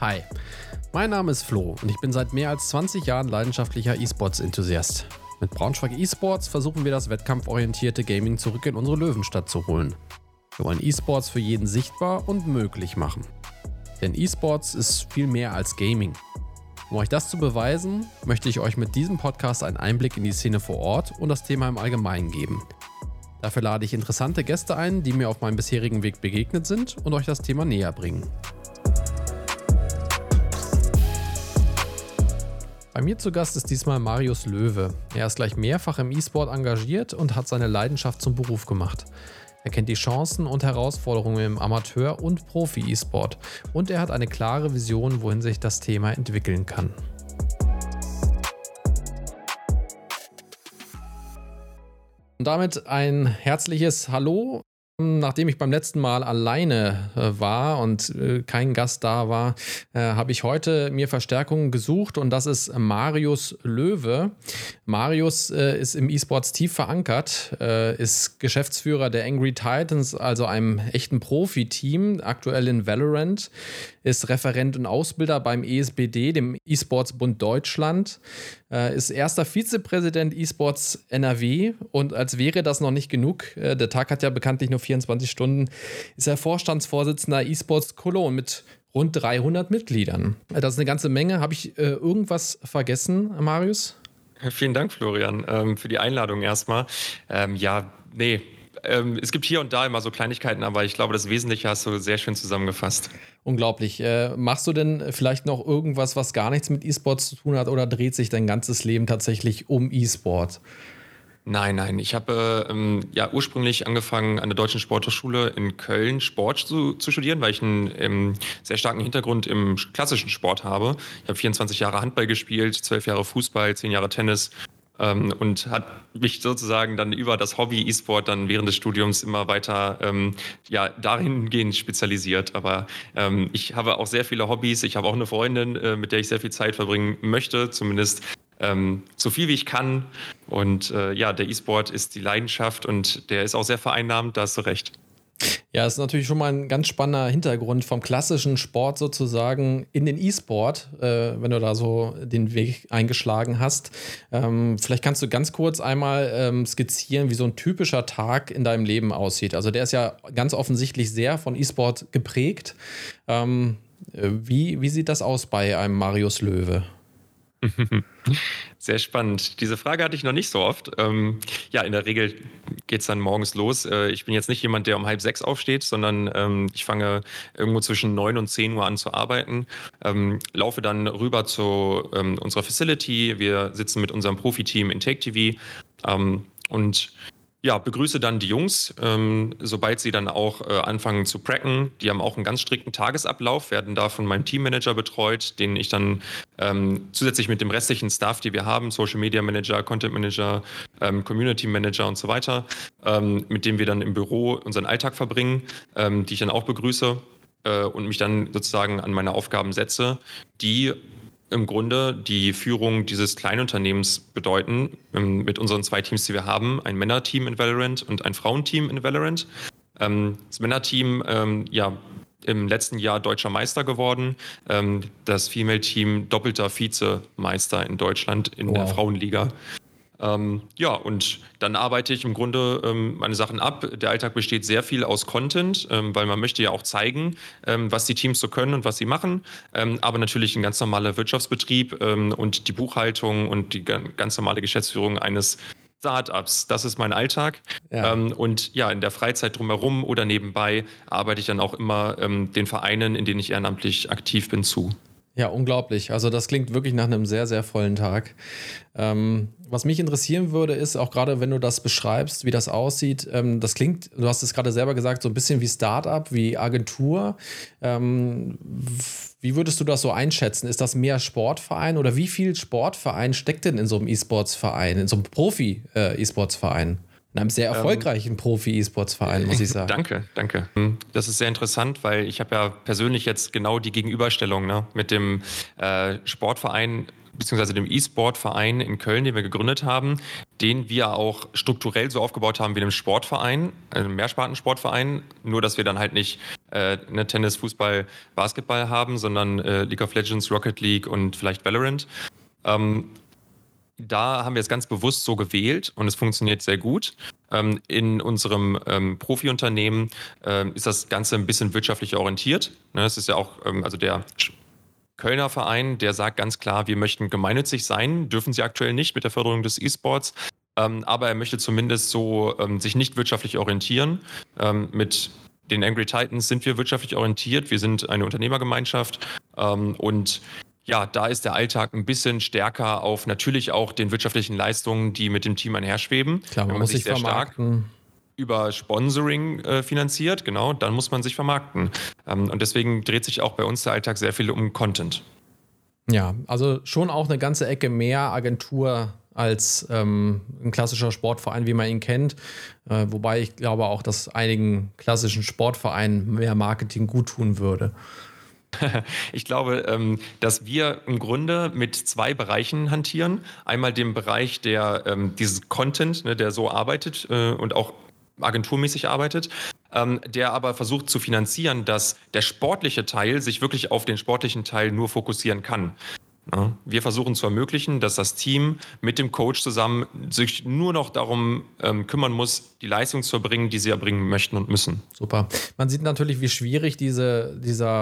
Hi, mein Name ist Flo und ich bin seit mehr als 20 Jahren leidenschaftlicher E-Sports-Enthusiast. Mit Braunschweig E-Sports versuchen wir das wettkampforientierte Gaming zurück in unsere Löwenstadt zu holen. Wir wollen E-Sports für jeden sichtbar und möglich machen. Denn E-Sports ist viel mehr als Gaming. Um euch das zu beweisen, möchte ich euch mit diesem Podcast einen Einblick in die Szene vor Ort und das Thema im Allgemeinen geben. Dafür lade ich interessante Gäste ein, die mir auf meinem bisherigen Weg begegnet sind und euch das Thema näher bringen. Bei mir zu Gast ist diesmal Marius Löwe. Er ist gleich mehrfach im E-Sport engagiert und hat seine Leidenschaft zum Beruf gemacht. Er kennt die Chancen und Herausforderungen im Amateur- und Profi-E-Sport und er hat eine klare Vision, wohin sich das Thema entwickeln kann. Und damit ein herzliches Hallo. Nachdem ich beim letzten Mal alleine war und kein Gast da war, habe ich heute mir Verstärkung gesucht und das ist Marius Löwe. Marius ist im E-Sports tief verankert, ist Geschäftsführer der Angry Titans, also einem echten Profi-Team, aktuell in Valorant, ist Referent und Ausbilder beim ESBD, dem E-Sports-Bund Deutschland, ist erster Vizepräsident E-Sports NRW und als wäre das noch nicht genug, der Tag hat ja bekanntlich nur 24 Stunden, ist er Vorstandsvorsitzender E-Sports Cologne mit rund 300 Mitgliedern. Das ist eine ganze Menge. Habe ich irgendwas vergessen, Marius? Vielen Dank, Florian, für die Einladung erstmal. Es gibt hier und da immer so Kleinigkeiten, aber ich glaube, das Wesentliche hast du sehr schön zusammengefasst. Unglaublich. Machst du denn vielleicht noch irgendwas, was gar nichts mit E-Sports zu tun hat oder dreht sich dein ganzes Leben tatsächlich um E-Sport? Nein. Ich habe ursprünglich angefangen, an der Deutschen Sporthochschule in Köln Sport zu studieren, weil ich einen sehr starken Hintergrund im klassischen Sport habe. Ich habe 24 Jahre Handball gespielt, 12 Jahre Fußball, 10 Jahre Tennis. Und hat mich sozusagen dann über das Hobby E-Sport dann während des Studiums immer weiter dahingehend spezialisiert. Aber ich habe auch sehr viele Hobbys. Ich habe auch eine Freundin, mit der ich sehr viel Zeit verbringen möchte, zumindest so viel wie ich kann. Und der E-Sport ist die Leidenschaft und der ist auch sehr vereinnahmend, da hast du recht. Ja, das ist natürlich schon mal ein ganz spannender Hintergrund vom klassischen Sport sozusagen in den E-Sport, wenn du da so den Weg eingeschlagen hast. Vielleicht kannst du ganz kurz einmal skizzieren, wie so ein typischer Tag in deinem Leben aussieht. Also der ist ja ganz offensichtlich sehr von E-Sport geprägt. Wie sieht das aus bei einem Marius Löwe? Sehr spannend. Diese Frage hatte ich noch nicht so oft. In der Regel geht es dann morgens los. Ich bin jetzt nicht jemand, der um 5:30 aufsteht, sondern ich fange irgendwo zwischen 9 und 10 Uhr an zu arbeiten, laufe dann rüber zu unserer Facility. Wir sitzen mit unserem Profiteam in Take TV und begrüße dann die Jungs, sobald sie dann auch anfangen zu pracken. Die haben auch einen ganz strikten Tagesablauf, werden da von meinem Teammanager betreut, den ich dann zusätzlich mit dem restlichen Staff, die wir haben, Social Media Manager, Content Manager, Community Manager und so weiter, mit dem wir dann im Büro unseren Alltag verbringen, die ich dann auch begrüße und mich dann sozusagen an meine Aufgaben setze, die im Grunde die Führung dieses Kleinunternehmens bedeuten, mit unseren 2 Teams, die wir haben, ein Männerteam in Valorant und ein Frauenteam in Valorant. Das Männerteam, im letzten Jahr deutscher Meister geworden, das Female-Team doppelter Vizemeister in Deutschland in der Frauenliga. Und dann arbeite ich im Grunde meine Sachen ab. Der Alltag besteht sehr viel aus Content, weil man möchte ja auch zeigen, was die Teams so können und was sie machen. Aber natürlich ein ganz normaler Wirtschaftsbetrieb und die Buchhaltung und die ganz normale Geschäftsführung eines Startups. Das ist mein Alltag. Ja. In der Freizeit drumherum oder nebenbei arbeite ich dann auch immer den Vereinen, in denen ich ehrenamtlich aktiv bin, zu. Ja, unglaublich. Also das klingt wirklich nach einem sehr, sehr vollen Tag. Was mich interessieren würde, ist auch gerade, wenn du das beschreibst, wie das aussieht, das klingt, du hast es gerade selber gesagt, so ein bisschen wie Startup, wie Agentur. Wie würdest du das so einschätzen? Ist das mehr Sportverein oder wie viel Sportverein steckt denn in so einem E-Sports-Verein, in so einem Profi-E-Sports-Verein? In einem sehr erfolgreichen Profi-E-Sports-Verein, muss ich sagen. Danke. Das ist sehr interessant, weil ich habe ja persönlich jetzt genau die Gegenüberstellung mit dem Sportverein beziehungsweise dem E-Sport-Verein in Köln, den wir gegründet haben, den wir auch strukturell so aufgebaut haben wie einem Sportverein, einem Mehrspartensportverein, nur dass wir dann halt nicht Tennis, Fußball, Basketball haben, sondern League of Legends, Rocket League und vielleicht Valorant. Da haben wir es ganz bewusst so gewählt und es funktioniert sehr gut. In unserem Profi-Unternehmen ist das Ganze ein bisschen wirtschaftlich orientiert. Das ist ja auch, also der Kölner Verein, der sagt ganz klar, wir möchten gemeinnützig sein, dürfen sie aktuell nicht mit der Förderung des E-Sports. Aber er möchte zumindest so sich nicht wirtschaftlich orientieren. Mit den Angry Titans sind wir wirtschaftlich orientiert. Wir sind eine Unternehmergemeinschaft und ja, da ist der Alltag ein bisschen stärker auf natürlich auch den wirtschaftlichen Leistungen, die mit dem Team einherschweben. Klar, man muss sich sehr vermarkten. Stark über Sponsoring finanziert, genau, dann muss man sich vermarkten. Und deswegen dreht sich auch bei uns der Alltag sehr viel um Content. Ja, also schon auch eine ganze Ecke mehr Agentur als ein klassischer Sportverein, wie man ihn kennt. Wobei ich glaube auch, dass einigen klassischen Sportvereinen mehr Marketing gut tun würde. Ich glaube, dass wir im Grunde mit zwei Bereichen hantieren. Einmal dem Bereich, der dieses Content, der so arbeitet und auch agenturmäßig arbeitet, der aber versucht zu finanzieren, dass der sportliche Teil sich wirklich auf den sportlichen Teil nur fokussieren kann. Ja, wir versuchen zu ermöglichen, dass das Team mit dem Coach zusammen sich nur noch darum kümmern muss, die Leistung zu erbringen, die sie erbringen möchten und müssen. Super. Man sieht natürlich, wie schwierig dieser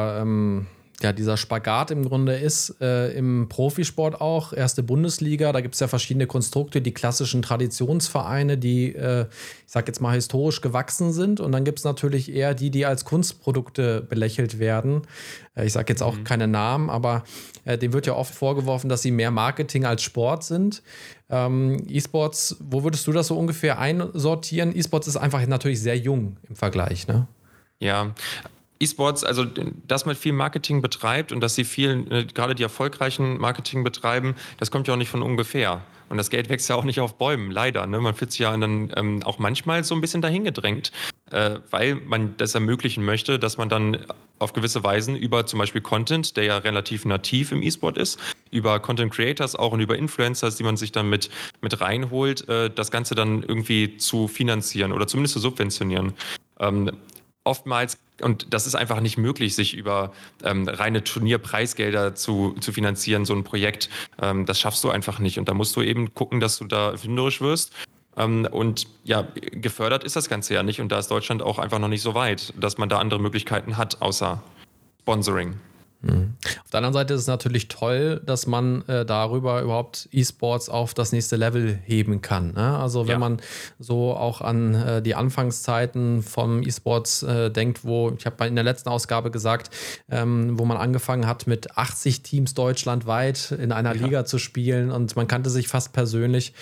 Spagat im Grunde ist, im Profisport auch, erste Bundesliga, da gibt es ja verschiedene Konstrukte, die klassischen Traditionsvereine, die, ich sag jetzt mal, historisch gewachsen sind, und dann gibt es natürlich eher die als Kunstprodukte belächelt werden. Ich sage jetzt auch keine Namen, aber dem wird ja oft vorgeworfen, dass sie mehr Marketing als Sport sind. E-Sports, wo würdest du das so ungefähr einsortieren? E-Sports ist einfach natürlich sehr jung im Vergleich, ne? Ja, E-Sports, also dass man viel Marketing betreibt und dass sie viel, gerade die erfolgreichen Marketing betreiben, das kommt ja auch nicht von ungefähr. Und das Geld wächst ja auch nicht auf Bäumen, leider. Ne? Man fühlt sich ja dann auch manchmal so ein bisschen dahin gedrängt, weil man das ermöglichen möchte, dass man dann auf gewisse Weisen über zum Beispiel Content, der ja relativ nativ im E-Sport ist, über Content Creators auch und über Influencers, die man sich dann mit reinholt, das Ganze dann irgendwie zu finanzieren oder zumindest zu subventionieren. Oftmals, und das ist einfach nicht möglich, sich über reine Turnierpreisgelder zu finanzieren, so ein Projekt. Das schaffst du einfach nicht. Und da musst du eben gucken, dass du da erfinderisch wirst. Und ja, gefördert ist das Ganze ja nicht. Und da ist Deutschland auch einfach noch nicht so weit, dass man da andere Möglichkeiten hat, außer Sponsoring. Auf der anderen Seite ist es natürlich toll, dass man darüber überhaupt E-Sports auf das nächste Level heben kann. Ne? Also wenn man so auch an die Anfangszeiten vom E-Sports denkt, wo, ich habe in der letzten Ausgabe gesagt, wo man angefangen hat mit 80 Teams deutschlandweit in einer Liga zu spielen und man kannte sich fast persönlich.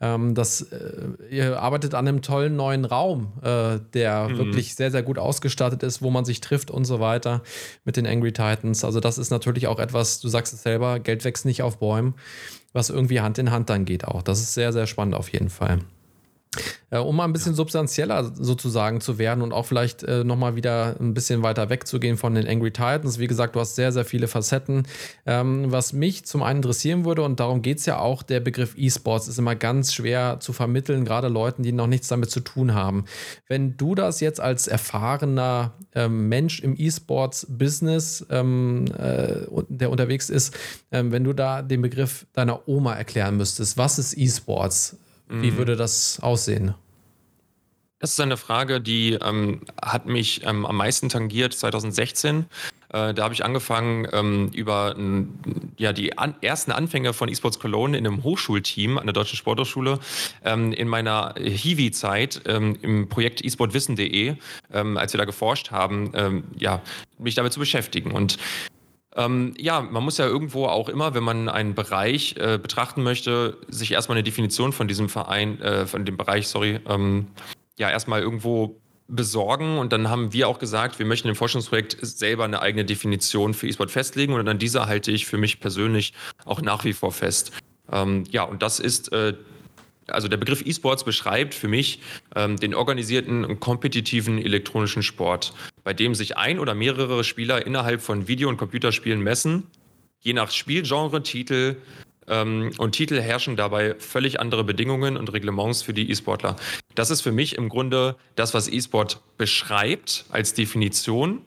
Ihr arbeitet an einem tollen neuen Raum, der wirklich sehr, sehr gut ausgestattet ist, wo man sich trifft und so weiter mit den Angry Titans. Also das ist natürlich auch etwas, du sagst es selber, Geld wächst nicht auf Bäumen, was irgendwie Hand in Hand dann geht auch. Das ist sehr, sehr spannend auf jeden Fall. Um mal ein bisschen substanzieller sozusagen zu werden und auch vielleicht nochmal wieder ein bisschen weiter wegzugehen von den Angry Titans. Wie gesagt, du hast sehr, sehr viele Facetten. Was mich zum einen interessieren würde, und darum geht es ja auch, der Begriff E-Sports ist immer ganz schwer zu vermitteln, gerade Leuten, die noch nichts damit zu tun haben. Wenn du das jetzt als erfahrener Mensch im E-Sports-Business, der unterwegs ist, wenn du da den Begriff deiner Oma erklären müsstest, was ist E-Sports? Wie würde das aussehen? Das ist eine Frage, die hat mich am meisten tangiert 2016. Da habe ich angefangen, über die ersten Anfänge von eSports Cologne in einem Hochschulteam an der Deutschen Sporthochschule in meiner Hiwi-Zeit im Projekt esportwissen.de, als wir da geforscht haben, mich damit zu beschäftigen. Und man muss ja irgendwo auch immer, wenn man einen Bereich betrachten möchte, sich erstmal eine Definition von diesem Bereich, erstmal irgendwo besorgen. Und dann haben wir auch gesagt, wir möchten im Forschungsprojekt selber eine eigene Definition für E-Sport festlegen. Und an dieser halte ich für mich persönlich auch nach wie vor fest. Und das ist... Also der Begriff E-Sports beschreibt für mich den organisierten und kompetitiven elektronischen Sport, bei dem sich ein oder mehrere Spieler innerhalb von Video- und Computerspielen messen, je nach Spielgenre, Titel und Titel herrschen dabei völlig andere Bedingungen und Reglements für die E-Sportler. Das ist für mich im Grunde das, was E-Sport beschreibt als Definition.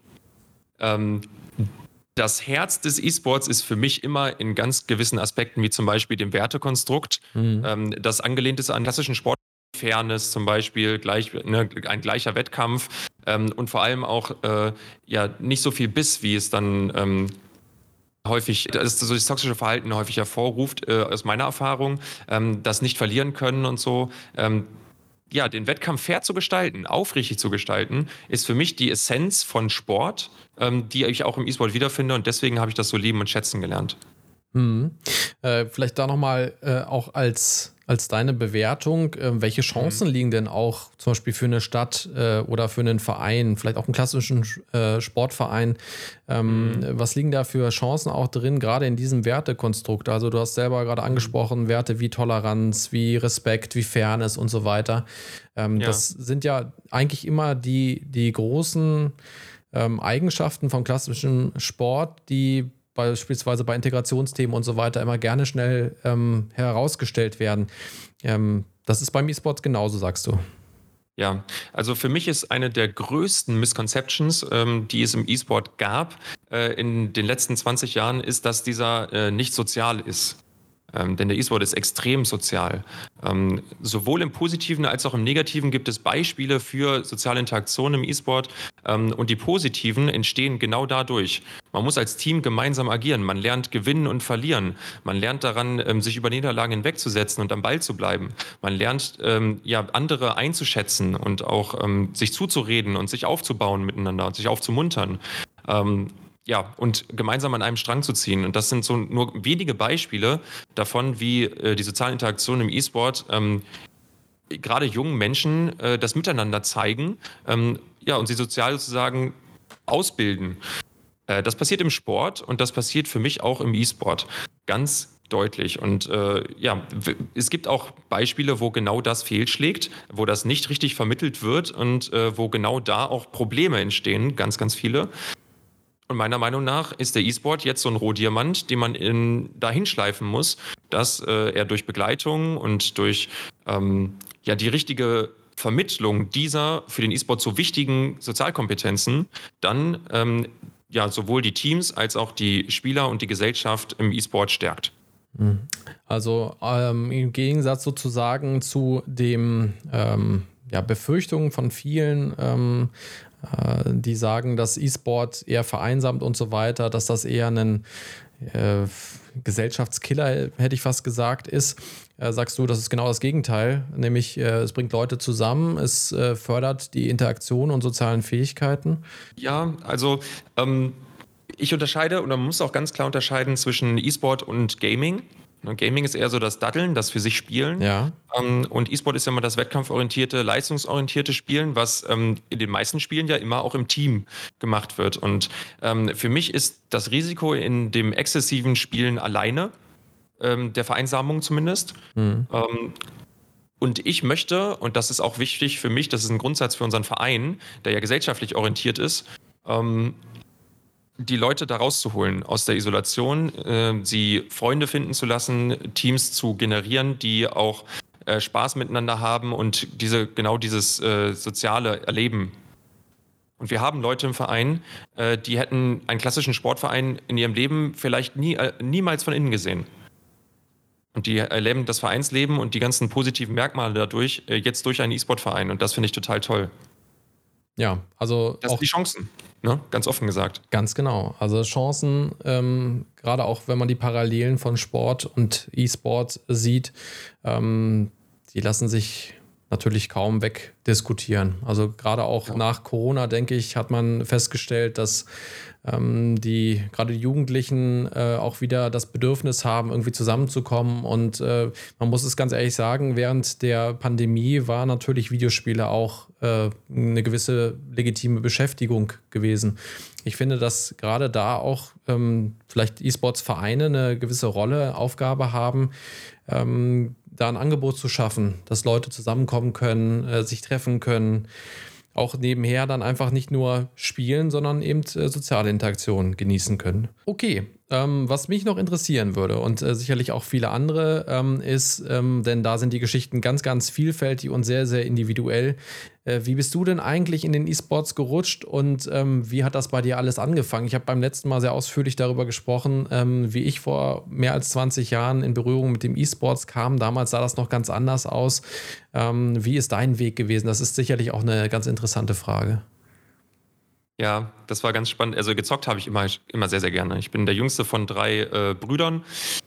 Das Herz des E-Sports ist für mich immer in ganz gewissen Aspekten, wie zum Beispiel dem Wertekonstrukt, das angelehnt ist an klassischen Sport. Fairness zum Beispiel, ein gleicher Wettkampf und vor allem auch nicht so viel Biss, wie es dann häufig, das toxische Verhalten häufig hervorruft, aus meiner Erfahrung, das nicht verlieren können und so. Den Wettkampf fair zu gestalten, aufrichtig zu gestalten, ist für mich die Essenz von Sport, die ich auch im E-Sport wiederfinde und deswegen habe ich das so lieben und schätzen gelernt. Vielleicht da nochmal auch als deine Bewertung, welche Chancen liegen denn auch zum Beispiel für eine Stadt oder für einen Verein, vielleicht auch einen klassischen Sportverein, was liegen da für Chancen auch drin, gerade in diesem Wertekonstrukt? Also du hast selber gerade angesprochen, Werte wie Toleranz, wie Respekt, wie Fairness und so weiter. Das sind ja eigentlich immer die großen Eigenschaften vom klassischen Sport, die beispielsweise bei Integrationsthemen und so weiter immer gerne schnell herausgestellt werden. Das ist beim E-Sport genauso, sagst du. Ja, also für mich ist eine der größten Misconceptions, die es im E-Sport gab in den letzten 20 Jahren, ist, dass dieser nicht sozial ist. Denn der E-Sport ist extrem sozial. Sowohl im Positiven als auch im Negativen gibt es Beispiele für soziale Interaktion im E-Sport und die positiven entstehen genau dadurch. Man muss als Team gemeinsam agieren. Man lernt gewinnen und verlieren. Man lernt daran, sich über Niederlagen hinwegzusetzen und am Ball zu bleiben. Man lernt, andere einzuschätzen und auch sich zuzureden und sich aufzubauen miteinander und sich aufzumuntern. Und gemeinsam an einem Strang zu ziehen. Und das sind so nur wenige Beispiele davon, wie die sozialen Interaktionen im E-Sport gerade jungen Menschen das Miteinander zeigen und sie sozial sozusagen ausbilden. Das passiert im Sport und das passiert für mich auch im E-Sport. Ganz deutlich. Und es gibt auch Beispiele, wo genau das fehlschlägt, wo das nicht richtig vermittelt wird und wo genau da auch Probleme entstehen, ganz, ganz viele. Und meiner Meinung nach ist der E-Sport jetzt so ein Rohdiamant, den man dahin schleifen muss, dass er durch Begleitung und durch die richtige Vermittlung dieser für den E-Sport so wichtigen Sozialkompetenzen dann sowohl die Teams als auch die Spieler und die Gesellschaft im E-Sport stärkt. Also im Gegensatz sozusagen zu dem Befürchtungen von vielen, die sagen, dass E-Sport eher vereinsamt und so weiter, dass das eher ein Gesellschaftskiller, hätte ich fast gesagt, ist. Sagst du, das ist genau das Gegenteil, nämlich es bringt Leute zusammen, es fördert die Interaktion und sozialen Fähigkeiten? Ja, also ich unterscheide, und man muss auch ganz klar unterscheiden zwischen E-Sport und Gaming. Gaming ist eher so das Daddeln, das für sich Spielen. Ja. Und E-Sport ist ja immer das wettkampforientierte, leistungsorientierte Spielen, was in den meisten Spielen ja immer auch im Team gemacht wird. Und für mich ist das Risiko in dem exzessiven Spielen alleine, der Vereinsamung zumindest. Und ich möchte, und das ist auch wichtig für mich, das ist ein Grundsatz für unseren Verein, der ja gesellschaftlich orientiert ist, die Leute da rauszuholen aus der Isolation, sie Freunde finden zu lassen, Teams zu generieren, die auch Spaß miteinander haben und dieses soziale Erleben. Und wir haben Leute im Verein, die hätten einen klassischen Sportverein in ihrem Leben vielleicht niemals von innen gesehen. Und die erleben das Vereinsleben und die ganzen positiven Merkmale dadurch jetzt durch einen E-Sport-Verein. Und das finde ich total toll. Ja, also das sind die Chancen, ne? Ganz offen gesagt. Ganz genau. Also Chancen, gerade auch wenn man die Parallelen von Sport und E-Sport sieht, die lassen sich natürlich kaum wegdiskutieren. Also gerade auch nach Corona, denke ich, hat man festgestellt, dass gerade die Jugendlichen auch wieder das Bedürfnis haben, irgendwie zusammenzukommen. Und man muss es ganz ehrlich sagen, während der Pandemie war natürlich Videospiele auch eine gewisse legitime Beschäftigung gewesen. Ich finde, dass gerade da auch vielleicht E-Sports-Vereine eine gewisse Rolle, Aufgabe haben, da ein Angebot zu schaffen, dass Leute zusammenkommen können, sich treffen können, auch nebenher dann einfach nicht nur spielen, sondern eben soziale Interaktionen genießen können. Okay, Was mich noch interessieren würde und sicherlich auch viele andere ist, denn da sind die Geschichten ganz, ganz vielfältig und sehr, sehr individuell. Wie bist du denn eigentlich in den E-Sports gerutscht und wie hat das bei dir alles angefangen? Ich habe beim letzten Mal sehr ausführlich darüber gesprochen, wie ich vor mehr als 20 Jahren in Berührung mit dem E-Sports kam. Damals sah das noch ganz anders aus. Wie ist dein Weg gewesen? Das ist sicherlich auch eine ganz interessante Frage. Ja, das war ganz spannend. Also gezockt habe ich immer sehr, sehr gerne. Ich bin der jüngste von 3 Brüdern.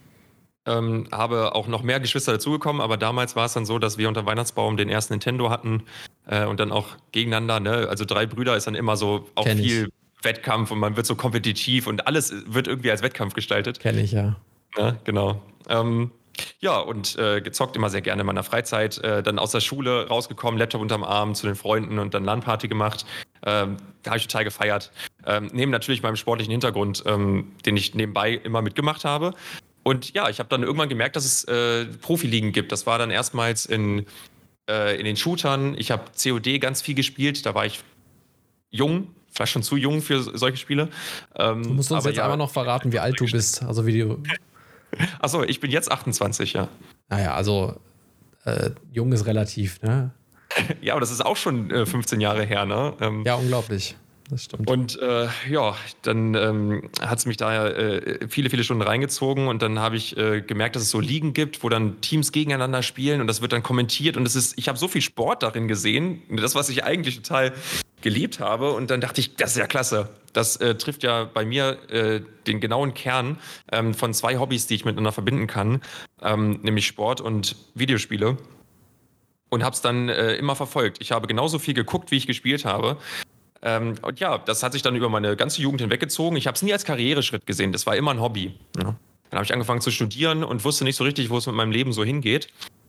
Habe auch noch mehr Geschwister dazugekommen, aber damals war es dann so, dass wir unter Weihnachtsbaum den ersten Nintendo hatten und dann auch gegeneinander. Ne? Also 3 Brüder ist dann immer so auch Kenn ich. viel Wettkampf und man wird so kompetitiv und alles wird irgendwie als Wettkampf gestaltet. Kenne ich, ja. Ja, genau. Ja, und gezockt immer sehr gerne in meiner Freizeit. Dann aus der Schule rausgekommen, Laptop unterm Arm zu den Freunden und dann LAN-Party gemacht. Da habe ich total gefeiert. Neben natürlich meinem sportlichen Hintergrund, den ich nebenbei immer mitgemacht habe. Und ja, ich habe dann irgendwann gemerkt, dass es Profiligen gibt. Das war dann erstmals in den Shootern. Ich habe COD ganz viel gespielt. Da war ich jung, vielleicht schon zu jung für solche Spiele. Du musst uns jetzt aber noch verraten, wie alt du bist. Also wie du. Achso, ich bin jetzt 28, ja. Naja, also jung ist relativ, ne? Ja, aber das ist auch schon 15 Jahre her, ne? Ja, unglaublich. Das stimmt. Und ja, dann hat es mich da viele, viele Stunden reingezogen und dann habe ich gemerkt, dass es so Ligen gibt, wo dann Teams gegeneinander spielen und das wird dann kommentiert und ich habe so viel Sport darin gesehen, das, was ich eigentlich total geliebt habe und dann dachte ich, das ist ja klasse. Das trifft ja bei mir den genauen Kern von 2 Hobbys, die ich miteinander verbinden kann, nämlich Sport und Videospiele. Und habe es dann immer verfolgt. Ich habe genauso viel geguckt, wie ich gespielt habe. Und ja, das hat sich dann über meine ganze Jugend hinweggezogen. Ich habe es nie als Karriereschritt gesehen. Das war immer ein Hobby. Ja. Dann habe ich angefangen zu studieren und wusste nicht so richtig, wo es mit meinem Leben so hingeht.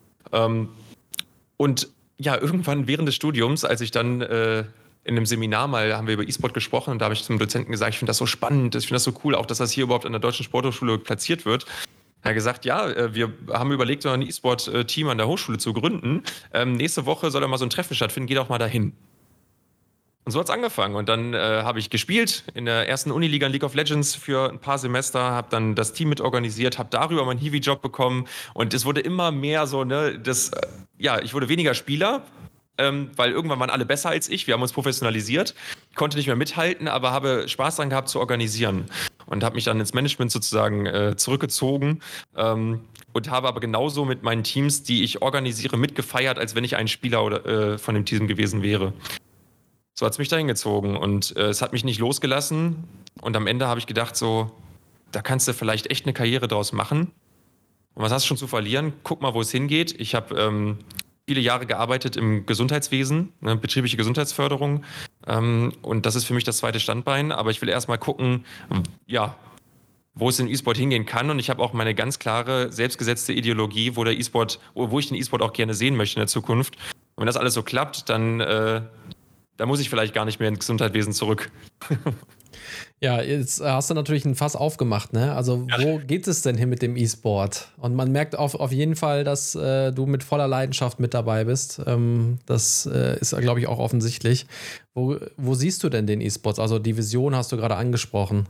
Und ja, irgendwann während des Studiums, als ich dann in einem Seminar mal haben wir über E-Sport gesprochen und da habe ich zum Dozenten gesagt, ich finde das so spannend, ich finde das so cool, auch dass das hier überhaupt an der Deutschen Sporthochschule platziert wird. Er hat gesagt, ja, wir haben überlegt, so ein E-Sport-Team an der Hochschule zu gründen. Nächste Woche soll da mal so ein Treffen stattfinden, geh doch mal dahin. Und so hat es angefangen. Und dann habe ich gespielt in der ersten Uniliga in League of Legends für ein paar Semester, habe dann das Team mitorganisiert, habe darüber meinen Hiwi-Job bekommen. Und es wurde immer mehr so, ne, ich wurde weniger Spieler, weil irgendwann waren alle besser als ich. Wir haben uns professionalisiert. Ich konnte nicht mehr mithalten, aber habe Spaß daran gehabt zu organisieren. Und habe mich dann ins Management sozusagen zurückgezogen und habe aber genauso mit meinen Teams, die ich organisiere, mitgefeiert, als wenn ich ein Spieler von dem Team gewesen wäre. So hat es mich dahin gezogen und es hat mich nicht losgelassen. Und am Ende habe ich gedacht, so, da kannst du vielleicht echt eine Karriere draus machen. Und was hast du schon zu verlieren? Guck mal, wo es hingeht. Ich habe viele Jahre gearbeitet im Gesundheitswesen, ne, betriebliche Gesundheitsförderung. Und das ist für mich das zweite Standbein. Aber ich will erst mal gucken, ja, wo es in E-Sport hingehen kann. Und ich habe auch meine ganz klare, selbstgesetzte Ideologie, wo ich den E-Sport auch gerne sehen möchte in der Zukunft. Und wenn das alles so klappt, dann muss ich vielleicht gar nicht mehr ins Gesundheitswesen zurück. Ja, jetzt hast du natürlich ein Fass aufgemacht, ne? Also wo geht es denn hin mit dem E-Sport? Und man merkt auf jeden Fall, dass du mit voller Leidenschaft mit dabei bist. Das ist, glaube ich, auch offensichtlich. Wo siehst du denn den E-Sports? Also die Vision hast du gerade angesprochen.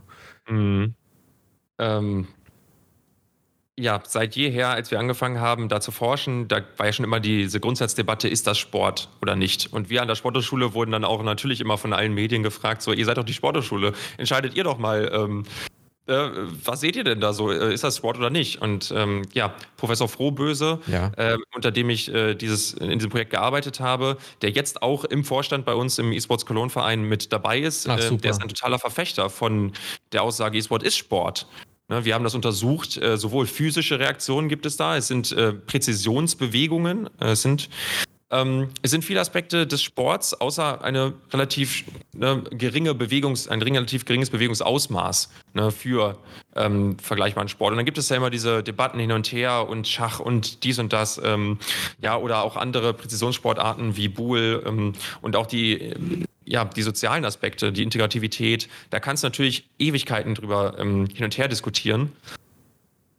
Ja, seit jeher, als wir angefangen haben, da zu forschen, da war ja schon immer diese Grundsatzdebatte, ist das Sport oder nicht? Und wir an der Sporthochschule wurden dann auch natürlich immer von allen Medien gefragt, so, ihr seid doch die Sporthochschule, entscheidet ihr doch mal, was seht ihr denn da so? Ist das Sport oder nicht? Und ja, Professor Frohböse, unter dem ich in diesem Projekt gearbeitet habe, der jetzt auch im Vorstand bei uns im E-Sports Cologne Verein mit dabei ist, der ist ein totaler Verfechter von der Aussage, E-Sport ist Sport. Wir haben das untersucht, sowohl physische Reaktionen gibt es da, es sind Präzisionsbewegungen, es sind viele Aspekte des Sports, außer eine relativ ein relativ geringes Bewegungsausmaß für vergleichbaren Sport. Und dann gibt es ja immer diese Debatten hin und her und Schach und dies und das, oder auch andere Präzisionssportarten wie Buhl und auch die sozialen Aspekte, die Integrativität. Da kannst du natürlich Ewigkeiten drüber hin und her diskutieren.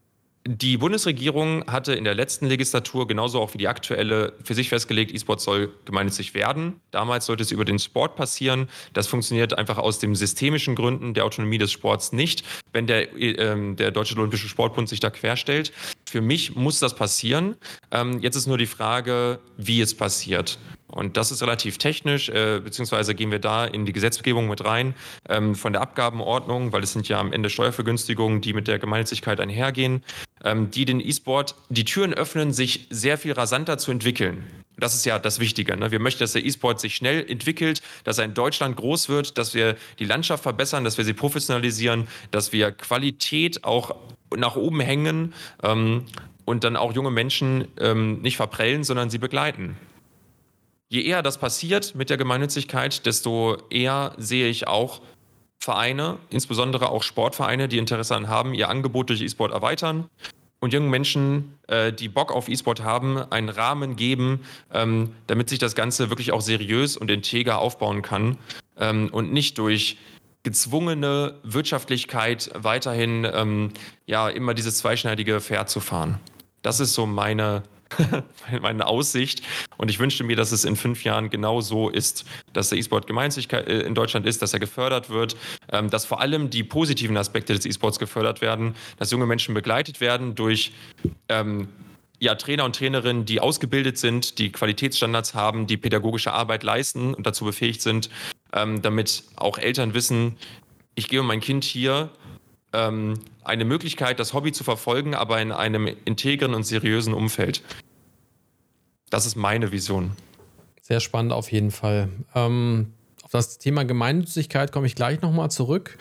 Die Bundesregierung hatte in der letzten Legislatur, genauso auch wie die aktuelle, für sich festgelegt, E-Sport soll gemeinnützig werden. Damals sollte es über den Sport passieren. Das funktioniert einfach aus den systemischen Gründen der Autonomie des Sports nicht, wenn der Deutsche Olympische Sportbund sich da querstellt. Für mich muss das passieren. Jetzt ist nur die Frage, wie es passiert. Und das ist relativ technisch, beziehungsweise gehen wir da in die Gesetzgebung mit rein, von der Abgabenordnung, weil es sind ja am Ende Steuervergünstigungen, die mit der Gemeinnützigkeit einhergehen, die den E-Sport die Türen öffnen, sich sehr viel rasanter zu entwickeln. Das ist ja das Wichtige. Ne? Wir möchten, dass der E-Sport sich schnell entwickelt, dass er in Deutschland groß wird, dass wir die Landschaft verbessern, dass wir sie professionalisieren, dass wir Qualität auch nach oben hängen und dann auch junge Menschen nicht verprellen, sondern sie begleiten. Je eher das passiert mit der Gemeinnützigkeit, desto eher sehe ich auch Vereine, insbesondere auch Sportvereine, die Interesse daran haben, ihr Angebot durch E-Sport erweitern und jungen Menschen, die Bock auf E-Sport haben, einen Rahmen geben, damit sich das Ganze wirklich auch seriös und integer aufbauen kann und nicht durch gezwungene Wirtschaftlichkeit weiterhin immer dieses zweischneidige Pferd zu fahren. Das ist so meine Aussicht. Und ich wünschte mir, dass es in 5 Jahren genau so ist, dass der E-Sport gemeinnützig in Deutschland ist, dass er gefördert wird, dass vor allem die positiven Aspekte des E-Sports gefördert werden, dass junge Menschen begleitet werden durch Trainer und Trainerinnen, die ausgebildet sind, die Qualitätsstandards haben, die pädagogische Arbeit leisten und dazu befähigt sind, damit auch Eltern wissen, ich gebe mein Kind hier eine Möglichkeit, das Hobby zu verfolgen, aber in einem integren und seriösen Umfeld. Das ist meine Vision. Sehr spannend auf jeden Fall. Auf das Thema Gemeinnützigkeit komme ich gleich nochmal zurück.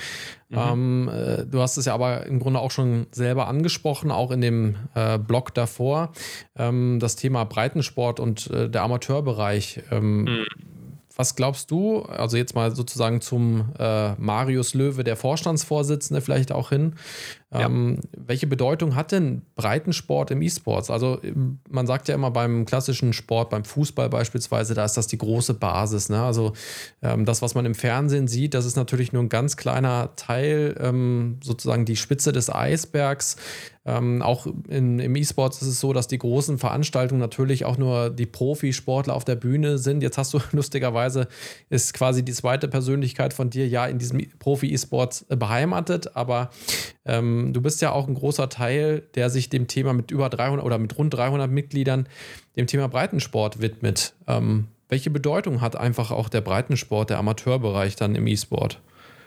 Du hast es ja aber im Grunde auch schon selber angesprochen, auch in dem Blog davor. Das Thema Breitensport und der Amateurbereich. Was glaubst du, also jetzt mal sozusagen zum Marius Löwe, der Vorstandsvorsitzende vielleicht auch hin, welche Bedeutung hat denn Breitensport im E-Sports? Also man sagt ja immer beim klassischen Sport, beim Fußball beispielsweise, da ist das die große Basis. Ne? Also das, was man im Fernsehen sieht, das ist natürlich nur ein ganz kleiner Teil, sozusagen die Spitze des Eisbergs. Auch im E-Sports ist es so, dass die großen Veranstaltungen natürlich auch nur die Profisportler auf der Bühne sind. Jetzt hast du lustigerweise, ist quasi die zweite Persönlichkeit von dir ja in diesem Profi-E-Sports beheimatet, aber du bist ja auch ein großer Teil, der sich dem Thema mit über 300 oder mit rund 300 Mitgliedern dem Thema Breitensport widmet. Welche Bedeutung hat einfach auch der Breitensport, der Amateurbereich dann im E-Sport?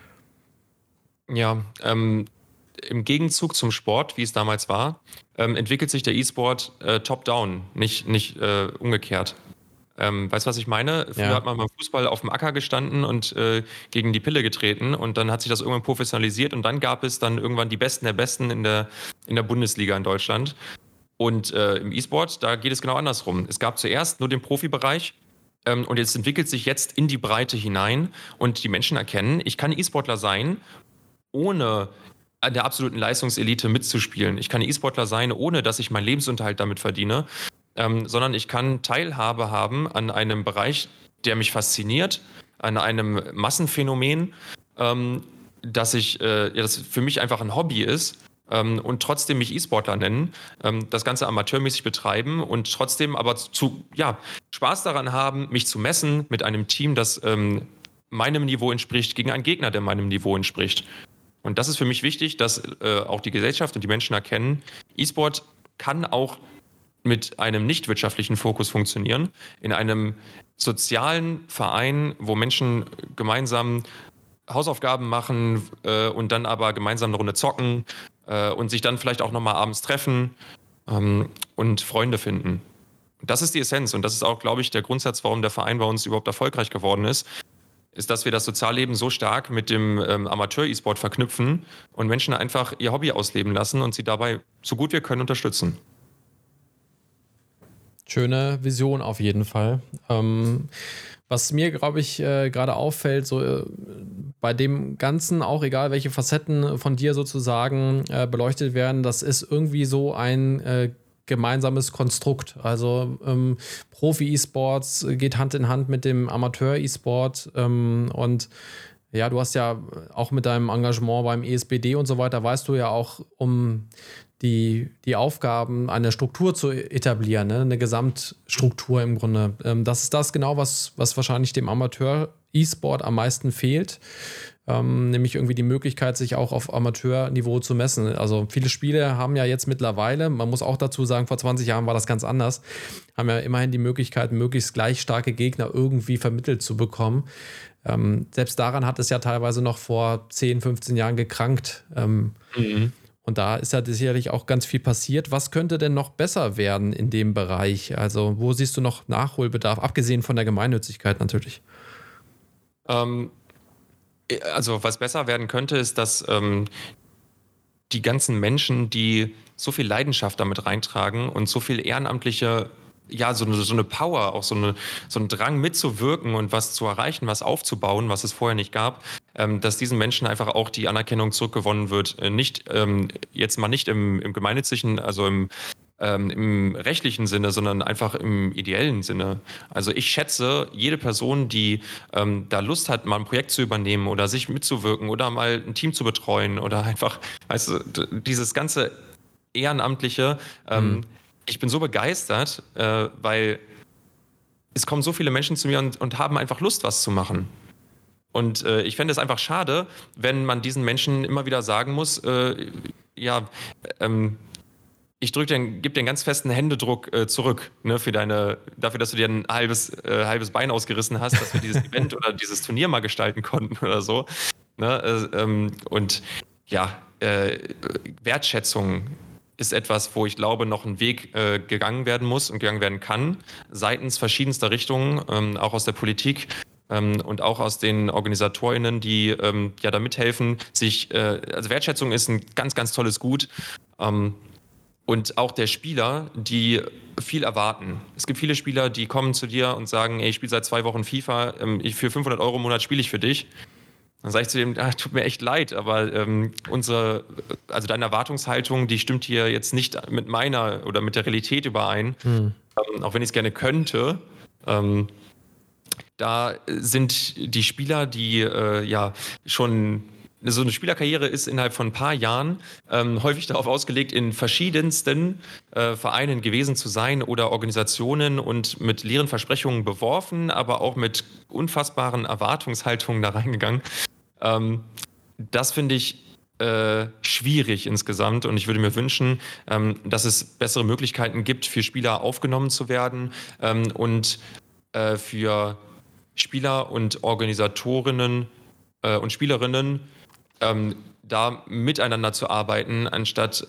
Ja, im Gegenzug zum Sport, wie es damals war, entwickelt sich der E-Sport top-down, nicht umgekehrt. Weißt du, was ich meine? Früher hat man beim Fußball auf dem Acker gestanden und gegen die Pille getreten und dann hat sich das irgendwann professionalisiert und dann gab es dann irgendwann die Besten der Besten in der Bundesliga in Deutschland. Und im E-Sport, da geht es genau andersrum. Es gab zuerst nur den Profibereich und jetzt entwickelt sich jetzt in die Breite hinein und die Menschen erkennen, ich kann E-Sportler sein, ohne an der absoluten Leistungselite mitzuspielen. Ich kann E-Sportler sein, ohne dass ich meinen Lebensunterhalt damit verdiene, sondern ich kann Teilhabe haben an einem Bereich, der mich fasziniert, an einem Massenphänomen, das für mich einfach ein Hobby ist und trotzdem mich E-Sportler nennen, das Ganze amateurmäßig betreiben und trotzdem aber Spaß daran haben, mich zu messen mit einem Team, das meinem Niveau entspricht, gegen einen Gegner, der meinem Niveau entspricht. Und das ist für mich wichtig, dass auch die Gesellschaft und die Menschen erkennen, E-Sport kann auch mit einem nicht wirtschaftlichen Fokus funktionieren, in einem sozialen Verein, wo Menschen gemeinsam Hausaufgaben machen und dann aber gemeinsam eine Runde zocken und sich dann vielleicht auch nochmal abends treffen und Freunde finden. Das ist die Essenz und das ist auch, glaube ich, der Grundsatz, warum der Verein bei uns überhaupt erfolgreich geworden ist, dass wir das Sozialleben so stark mit dem Amateur-E-Sport verknüpfen und Menschen einfach ihr Hobby ausleben lassen und sie dabei, so gut wir können, unterstützen. Schöne Vision auf jeden Fall. Was mir, glaube ich, gerade auffällt, so bei dem Ganzen, auch egal welche Facetten von dir sozusagen beleuchtet werden, das ist irgendwie so ein gemeinsames Konstrukt. Also Profi-E-Sports geht Hand in Hand mit dem Amateur-E-Sport und ja, du hast ja auch mit deinem Engagement beim ESBD und so weiter, weißt du ja auch um die Aufgaben, eine Struktur zu etablieren, ne? Eine Gesamtstruktur im Grunde. Das ist das genau, was wahrscheinlich dem Amateur-E-Sport am meisten fehlt. Nämlich irgendwie die Möglichkeit, sich auch auf Amateurniveau zu messen. Also viele Spiele haben ja jetzt mittlerweile, man muss auch dazu sagen, vor 20 Jahren war das ganz anders, haben ja immerhin die Möglichkeit, möglichst gleich starke Gegner irgendwie vermittelt zu bekommen. Selbst daran hat es ja teilweise noch vor 10, 15 Jahren gekrankt. Und da ist ja sicherlich auch ganz viel passiert. Was könnte denn noch besser werden in dem Bereich? Also wo siehst du noch Nachholbedarf, abgesehen von der Gemeinnützigkeit natürlich? Also was besser werden könnte, ist, dass die ganzen Menschen, die so viel Leidenschaft damit reintragen und so viel ehrenamtliche, ja, so eine Power, auch so einen Drang mitzuwirken und was zu erreichen, was aufzubauen, was es vorher nicht gab, dass diesen Menschen einfach auch die Anerkennung zurückgewonnen wird. Jetzt mal nicht im gemeinnützigen, also im rechtlichen Sinne, sondern einfach im ideellen Sinne. Also ich schätze jede Person, die da Lust hat, mal ein Projekt zu übernehmen oder sich mitzuwirken oder mal ein Team zu betreuen oder einfach, weißt du, dieses ganze Ehrenamtliche. Ich bin so begeistert, weil es kommen so viele Menschen zu mir und haben einfach Lust, was zu machen. Und ich fände es einfach schade, wenn man diesen Menschen immer wieder sagen muss, ich gebe dir einen ganz festen Händedruck zurück, ne, dafür, dass du dir ein halbes Bein ausgerissen hast, dass wir dieses Event oder dieses Turnier mal gestalten konnten oder so. Ne, Wertschätzung ist etwas, wo ich glaube, noch ein Weg gegangen werden muss und gegangen werden kann, seitens verschiedenster Richtungen, auch aus der Politik. Und auch aus den OrganisatorInnen, die da mithelfen, also Wertschätzung ist ein ganz, ganz tolles Gut. Und auch der Spieler, die viel erwarten. Es gibt viele Spieler, die kommen zu dir und sagen, ey, ich spiele seit 2 Wochen FIFA, für 500 € im Monat spiele ich für dich. Dann sage ich zu dem, tut mir echt leid, aber deine Erwartungshaltung, die stimmt hier jetzt nicht mit meiner oder mit der Realität überein. Auch wenn ich es gerne könnte. Da sind die Spieler, die schon so eine Spielerkarriere ist innerhalb von ein paar Jahren häufig darauf ausgelegt, in verschiedensten Vereinen gewesen zu sein oder Organisationen und mit leeren Versprechungen beworfen, aber auch mit unfassbaren Erwartungshaltungen da reingegangen. Das finde ich schwierig insgesamt und ich würde mir wünschen, dass es bessere Möglichkeiten gibt, für Spieler aufgenommen zu werden und für Spieler und Organisatorinnen und Spielerinnen da miteinander zu arbeiten, anstatt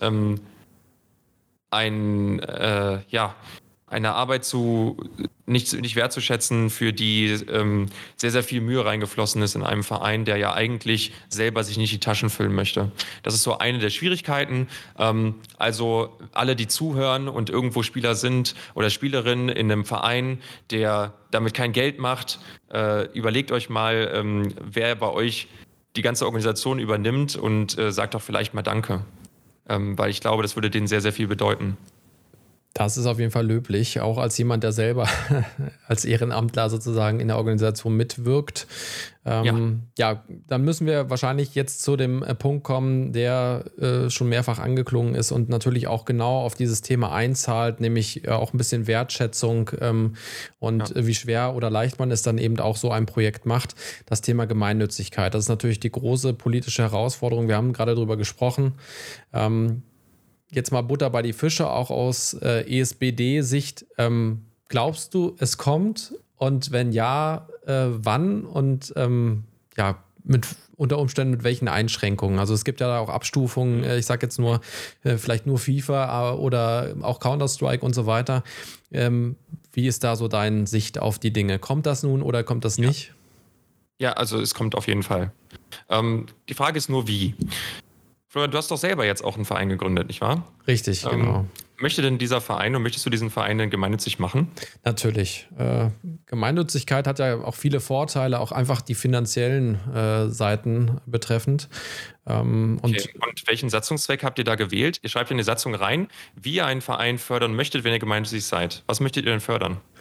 eine Arbeit nicht wertzuschätzen, für die sehr, sehr viel Mühe reingeflossen ist in einem Verein, der ja eigentlich selber sich nicht die Taschen füllen möchte. Das ist so eine der Schwierigkeiten. Also alle, die zuhören und irgendwo Spieler sind oder Spielerinnen in einem Verein, der damit kein Geld macht, überlegt euch mal, wer bei euch die ganze Organisation übernimmt und sagt doch vielleicht mal Danke. Weil ich glaube, das würde denen sehr, sehr viel bedeuten. Das ist auf jeden Fall löblich, auch als jemand, der selber als Ehrenamtler sozusagen in der Organisation mitwirkt. Dann müssen wir wahrscheinlich jetzt zu dem Punkt kommen, der schon mehrfach angeklungen ist und natürlich auch genau auf dieses Thema einzahlt, nämlich auch ein bisschen Wertschätzung wie schwer oder leicht man es dann eben auch so ein Projekt macht. Das Thema Gemeinnützigkeit, das ist natürlich die große politische Herausforderung. Wir haben gerade darüber gesprochen. Jetzt mal Butter bei die Fische, auch aus ESBD-Sicht. Glaubst du, es kommt? Und wenn ja, wann? Und unter Umständen mit welchen Einschränkungen? Also es gibt ja auch Abstufungen, ich sage jetzt nur, vielleicht nur FIFA oder auch Counter-Strike und so weiter. Wie ist da so deine Sicht auf die Dinge? Kommt das nun oder kommt das nicht? Ja, also es kommt auf jeden Fall. Die Frage ist nur, wie? Florian, du hast doch selber jetzt auch einen Verein gegründet, nicht wahr? Richtig, genau. Möchtest du diesen Verein denn gemeinnützig machen? Natürlich. Gemeinnützigkeit hat ja auch viele Vorteile, auch einfach die finanziellen Seiten betreffend. Und welchen Satzungszweck habt ihr da gewählt? Ihr schreibt in die Satzung rein, wie ihr einen Verein fördern möchtet, wenn ihr gemeinnützig seid. Was möchtet ihr denn fördern?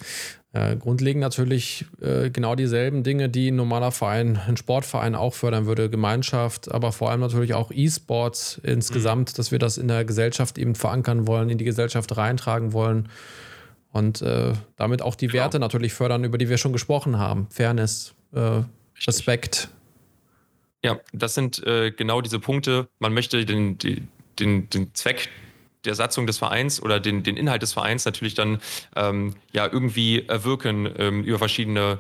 Grundlegend natürlich genau dieselben Dinge, die ein normaler Verein, ein Sportverein auch fördern würde, Gemeinschaft, aber vor allem natürlich auch E-Sports insgesamt, dass wir das in der Gesellschaft eben verankern wollen, in die Gesellschaft reintragen wollen und damit auch die Werte natürlich fördern, über die wir schon gesprochen haben. Fairness, Respekt. Ja, das sind genau diese Punkte. Man möchte den Zweck der Satzung des Vereins oder den Inhalt des Vereins natürlich dann irgendwie erwirken über verschiedene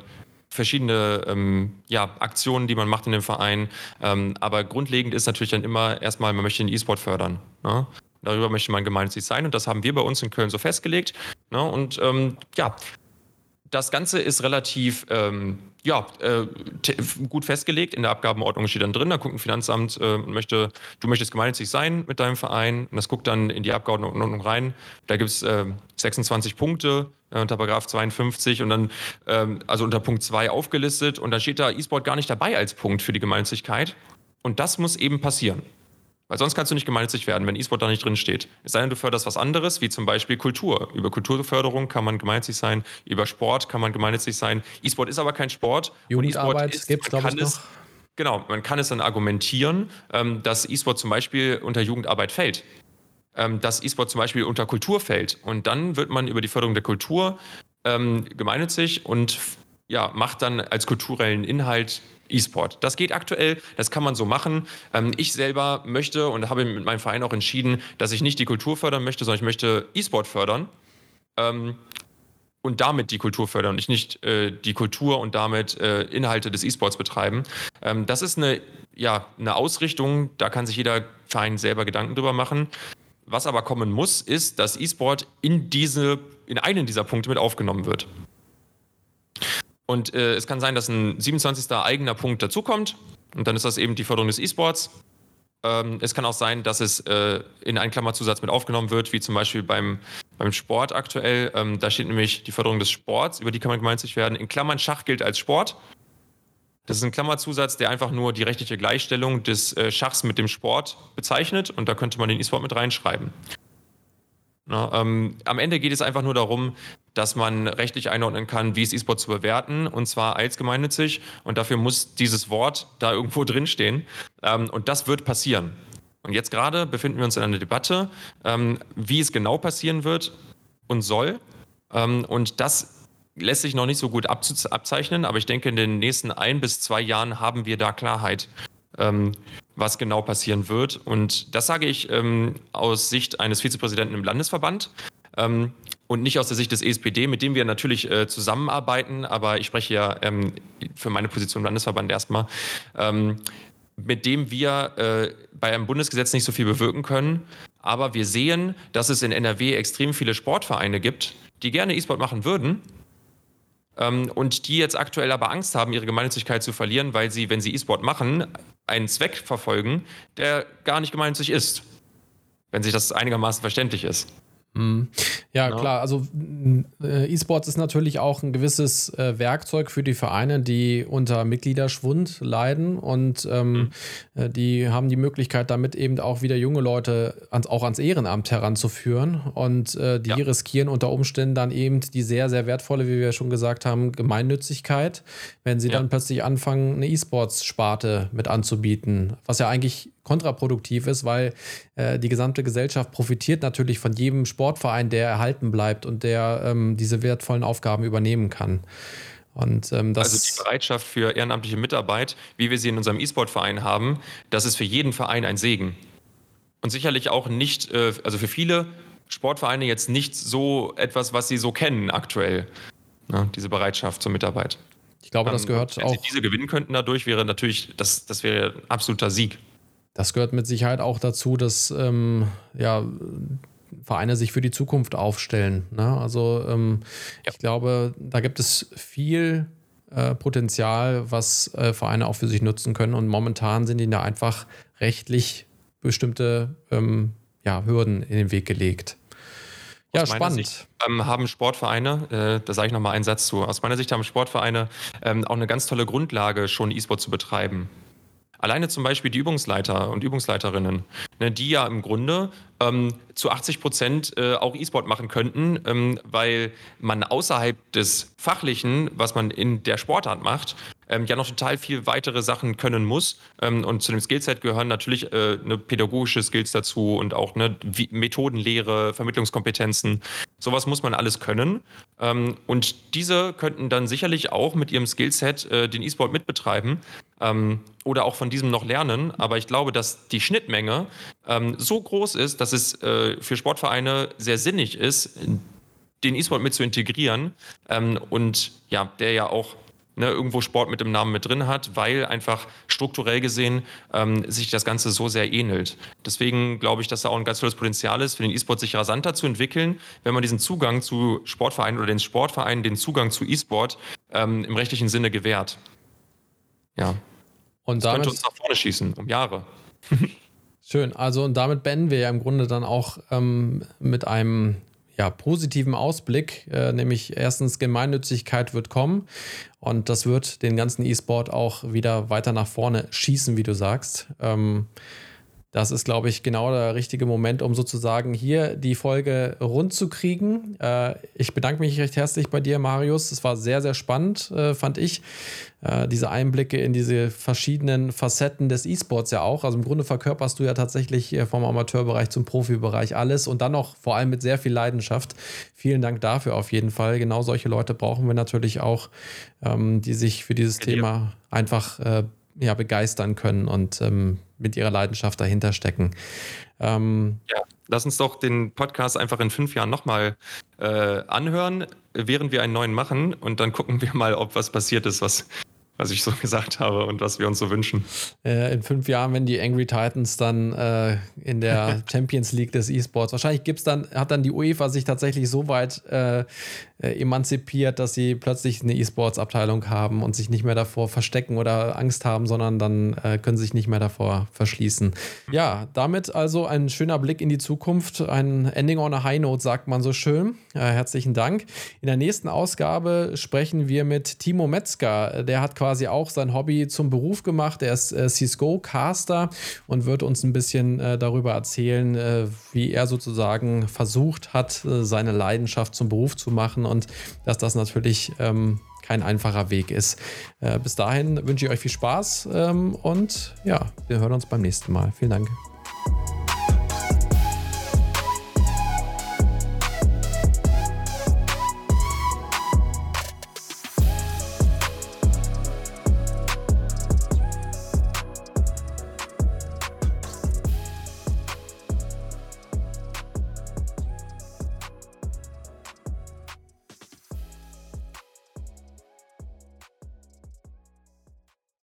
Aktionen, die man macht in dem Verein. Aber grundlegend ist natürlich dann immer erstmal, man möchte den E-Sport fördern. Ne? Darüber möchte man gemeinnützig sein und das haben wir bei uns in Köln so festgelegt. Ne? Und das Ganze ist relativ gut festgelegt. In der Abgabenordnung steht dann drin, da guckt ein Finanzamt, du möchtest gemeinnützig sein mit deinem Verein und das guckt dann in die Abgabenordnung rein. Da gibt es 26 Punkte unter Paragraph 52 und dann also unter Punkt 2 aufgelistet und dann steht da E-Sport gar nicht dabei als Punkt für die Gemeinnützigkeit. Und das muss eben passieren. Weil sonst kannst du nicht gemeinnützig werden, wenn E-Sport da nicht drin steht. Es sei denn, du förderst was anderes, wie zum Beispiel Kultur. Über Kulturförderung kann man gemeinnützig sein, über Sport kann man gemeinnützig sein. E-Sport ist aber kein Sport. Jugendarbeit gibt es, glaube ich, noch. Genau, man kann es dann argumentieren, dass E-Sport zum Beispiel unter Jugendarbeit fällt. Dass E-Sport zum Beispiel unter Kultur fällt. Und dann wird man über die Förderung der Kultur gemeinnützig und macht dann als kulturellen Inhalt E-Sport. Das geht aktuell, das kann man so machen. Ich selber möchte und habe mit meinem Verein auch entschieden, dass ich nicht die Kultur fördern möchte, sondern ich möchte E-Sport fördern und damit die Kultur fördern und ich nicht die Kultur und damit Inhalte des E-Sports betreiben. Das ist eine Ausrichtung, da kann sich jeder Verein selber Gedanken drüber machen. Was aber kommen muss, ist, dass E-Sport in einen dieser Punkte mit aufgenommen wird. Und es kann sein, dass ein 27. eigener Punkt dazukommt und dann ist das eben die Förderung des E-Sports. Es kann auch sein, dass es in einen Klammerzusatz mit aufgenommen wird, wie zum Beispiel beim Sport aktuell. Da steht nämlich die Förderung des Sports, über die kann man gemeinnützig werden. In Klammern Schach gilt als Sport. Das ist ein Klammerzusatz, der einfach nur die rechtliche Gleichstellung des Schachs mit dem Sport bezeichnet und da könnte man den E-Sport mit reinschreiben. Am Ende geht es einfach nur darum, dass man rechtlich einordnen kann, wie ist E-Sport zu bewerten, und zwar als gemeinnützig. Und dafür muss dieses Wort da irgendwo drinstehen. Und das wird passieren. Und jetzt gerade befinden wir uns in einer Debatte, wie es genau passieren wird und soll. Und das lässt sich noch nicht so gut abzeichnen, aber ich denke, in den nächsten 1 bis 2 Jahren haben wir da Klarheit, was genau passieren wird. Und das sage ich aus Sicht eines Vizepräsidenten im Landesverband und nicht aus der Sicht des ESPD, mit dem wir natürlich zusammenarbeiten, aber ich spreche ja für meine Position im Landesverband erstmal, mit dem wir bei einem Bundesgesetz nicht so viel bewirken können. Aber wir sehen, dass es in NRW extrem viele Sportvereine gibt, die gerne E-Sport machen würden, und die jetzt aktuell aber Angst haben, ihre Gemeinnützigkeit zu verlieren, weil sie, wenn sie E-Sport machen, einen Zweck verfolgen, der gar nicht gemeinnützig ist. Wenn sich das einigermaßen verständlich ist. Ja, klar. Also E-Sports ist natürlich auch ein gewisses Werkzeug für die Vereine, die unter Mitgliederschwund leiden und die haben die Möglichkeit, damit eben auch wieder junge Leute auch ans Ehrenamt heranzuführen und die riskieren unter Umständen dann eben die sehr, sehr wertvolle, wie wir schon gesagt haben, Gemeinnützigkeit, wenn sie dann plötzlich anfangen, eine E-Sports-Sparte mit anzubieten, was ja eigentlich kontraproduktiv ist, weil die gesamte Gesellschaft profitiert natürlich von jedem Sportverein, der erhalten bleibt und der diese wertvollen Aufgaben übernehmen kann. Und, also die Bereitschaft für ehrenamtliche Mitarbeit, wie wir sie in unserem E-Sport-Verein haben, das ist für jeden Verein ein Segen. Und sicherlich auch nicht, also für viele Sportvereine jetzt nicht so etwas, was sie so kennen aktuell, diese Bereitschaft zur Mitarbeit. Ich glaube, das gehört wenn auch. Wenn sie diese gewinnen könnten dadurch, wäre natürlich, das wäre ein absoluter Sieg. Das gehört mit Sicherheit auch dazu, dass Vereine sich für die Zukunft aufstellen. Ne? Also ich glaube, da gibt es viel Potenzial, was Vereine auch für sich nutzen können. Und momentan sind ihnen da einfach rechtlich bestimmte Hürden in den Weg gelegt. Ja, spannend. Sicht, haben Sportvereine, da sage ich nochmal einen Satz zu, aus meiner Sicht haben Sportvereine auch eine ganz tolle Grundlage, schon E-Sport zu betreiben. Alleine zum Beispiel die Übungsleiter und Übungsleiterinnen, ne, die ja im Grunde zu 80% auch E-Sport machen könnten, weil man außerhalb des Fachlichen, was man in der Sportart macht, ja noch total viel weitere Sachen können muss. Und zu dem Skillset gehören natürlich pädagogische Skills dazu und auch Methodenlehre, Vermittlungskompetenzen. Sowas muss man alles können. Und diese könnten dann sicherlich auch mit ihrem Skillset den E-Sport mitbetreiben oder auch von diesem noch lernen. Aber ich glaube, dass die Schnittmenge so groß ist, dass es für Sportvereine sehr sinnig ist, den E-Sport mit zu integrieren. Und ja, der ja auch irgendwo Sport mit dem Namen mit drin hat, weil einfach strukturell gesehen sich das Ganze so sehr ähnelt. Deswegen glaube ich, dass da auch ein ganz tolles Potenzial ist, für den E-Sport sich rasanter zu entwickeln, wenn man diesen Zugang zu Sportvereinen oder den Sportvereinen den Zugang zu E-Sport im rechtlichen Sinne gewährt. Ja. Und das könnte uns nach vorne schießen, um Jahre. Schön. Also und damit beenden wir ja im Grunde dann auch mit einem positiven Ausblick, nämlich erstens Gemeinnützigkeit wird kommen und das wird den ganzen E-Sport auch wieder weiter nach vorne schießen, wie du sagst. Das ist, glaube ich, genau der richtige Moment, um sozusagen hier die Folge rund zu kriegen. Ich bedanke mich recht herzlich bei dir, Marius. Es war sehr, sehr spannend, fand ich. Diese Einblicke in diese verschiedenen Facetten des E-Sports ja auch. Also im Grunde verkörperst du ja tatsächlich vom Amateurbereich zum Profibereich alles und dann noch vor allem mit sehr viel Leidenschaft. Vielen Dank dafür auf jeden Fall. Genau solche Leute brauchen wir natürlich auch, die sich für dieses Thema einfach begeistern können und mit ihrer Leidenschaft dahinter stecken. Lass uns doch den Podcast einfach in 5 Jahren nochmal anhören, während wir einen neuen machen und dann gucken wir mal, ob was passiert ist, was ich so gesagt habe und was wir uns so wünschen. In 5 Jahren, wenn die Angry Titans dann in der Champions League des E-Sports, wahrscheinlich hat dann die UEFA sich tatsächlich so weit emanzipiert, dass sie plötzlich eine E-Sports-Abteilung haben und sich nicht mehr davor verstecken oder Angst haben, sondern dann können sie sich nicht mehr davor verschließen. Ja, damit also ein schöner Blick in die Zukunft, ein Ending on a High Note, sagt man so schön. Herzlichen Dank. In der nächsten Ausgabe sprechen wir mit Timo Metzger. Der hat quasi auch sein Hobby zum Beruf gemacht. Er ist CSGO-Caster und wird uns ein bisschen darüber erzählen, wie er sozusagen versucht hat, seine Leidenschaft zum Beruf zu machen und dass das natürlich kein einfacher Weg ist. Bis dahin wünsche ich euch viel Spaß und ja, wir hören uns beim nächsten Mal. Vielen Dank.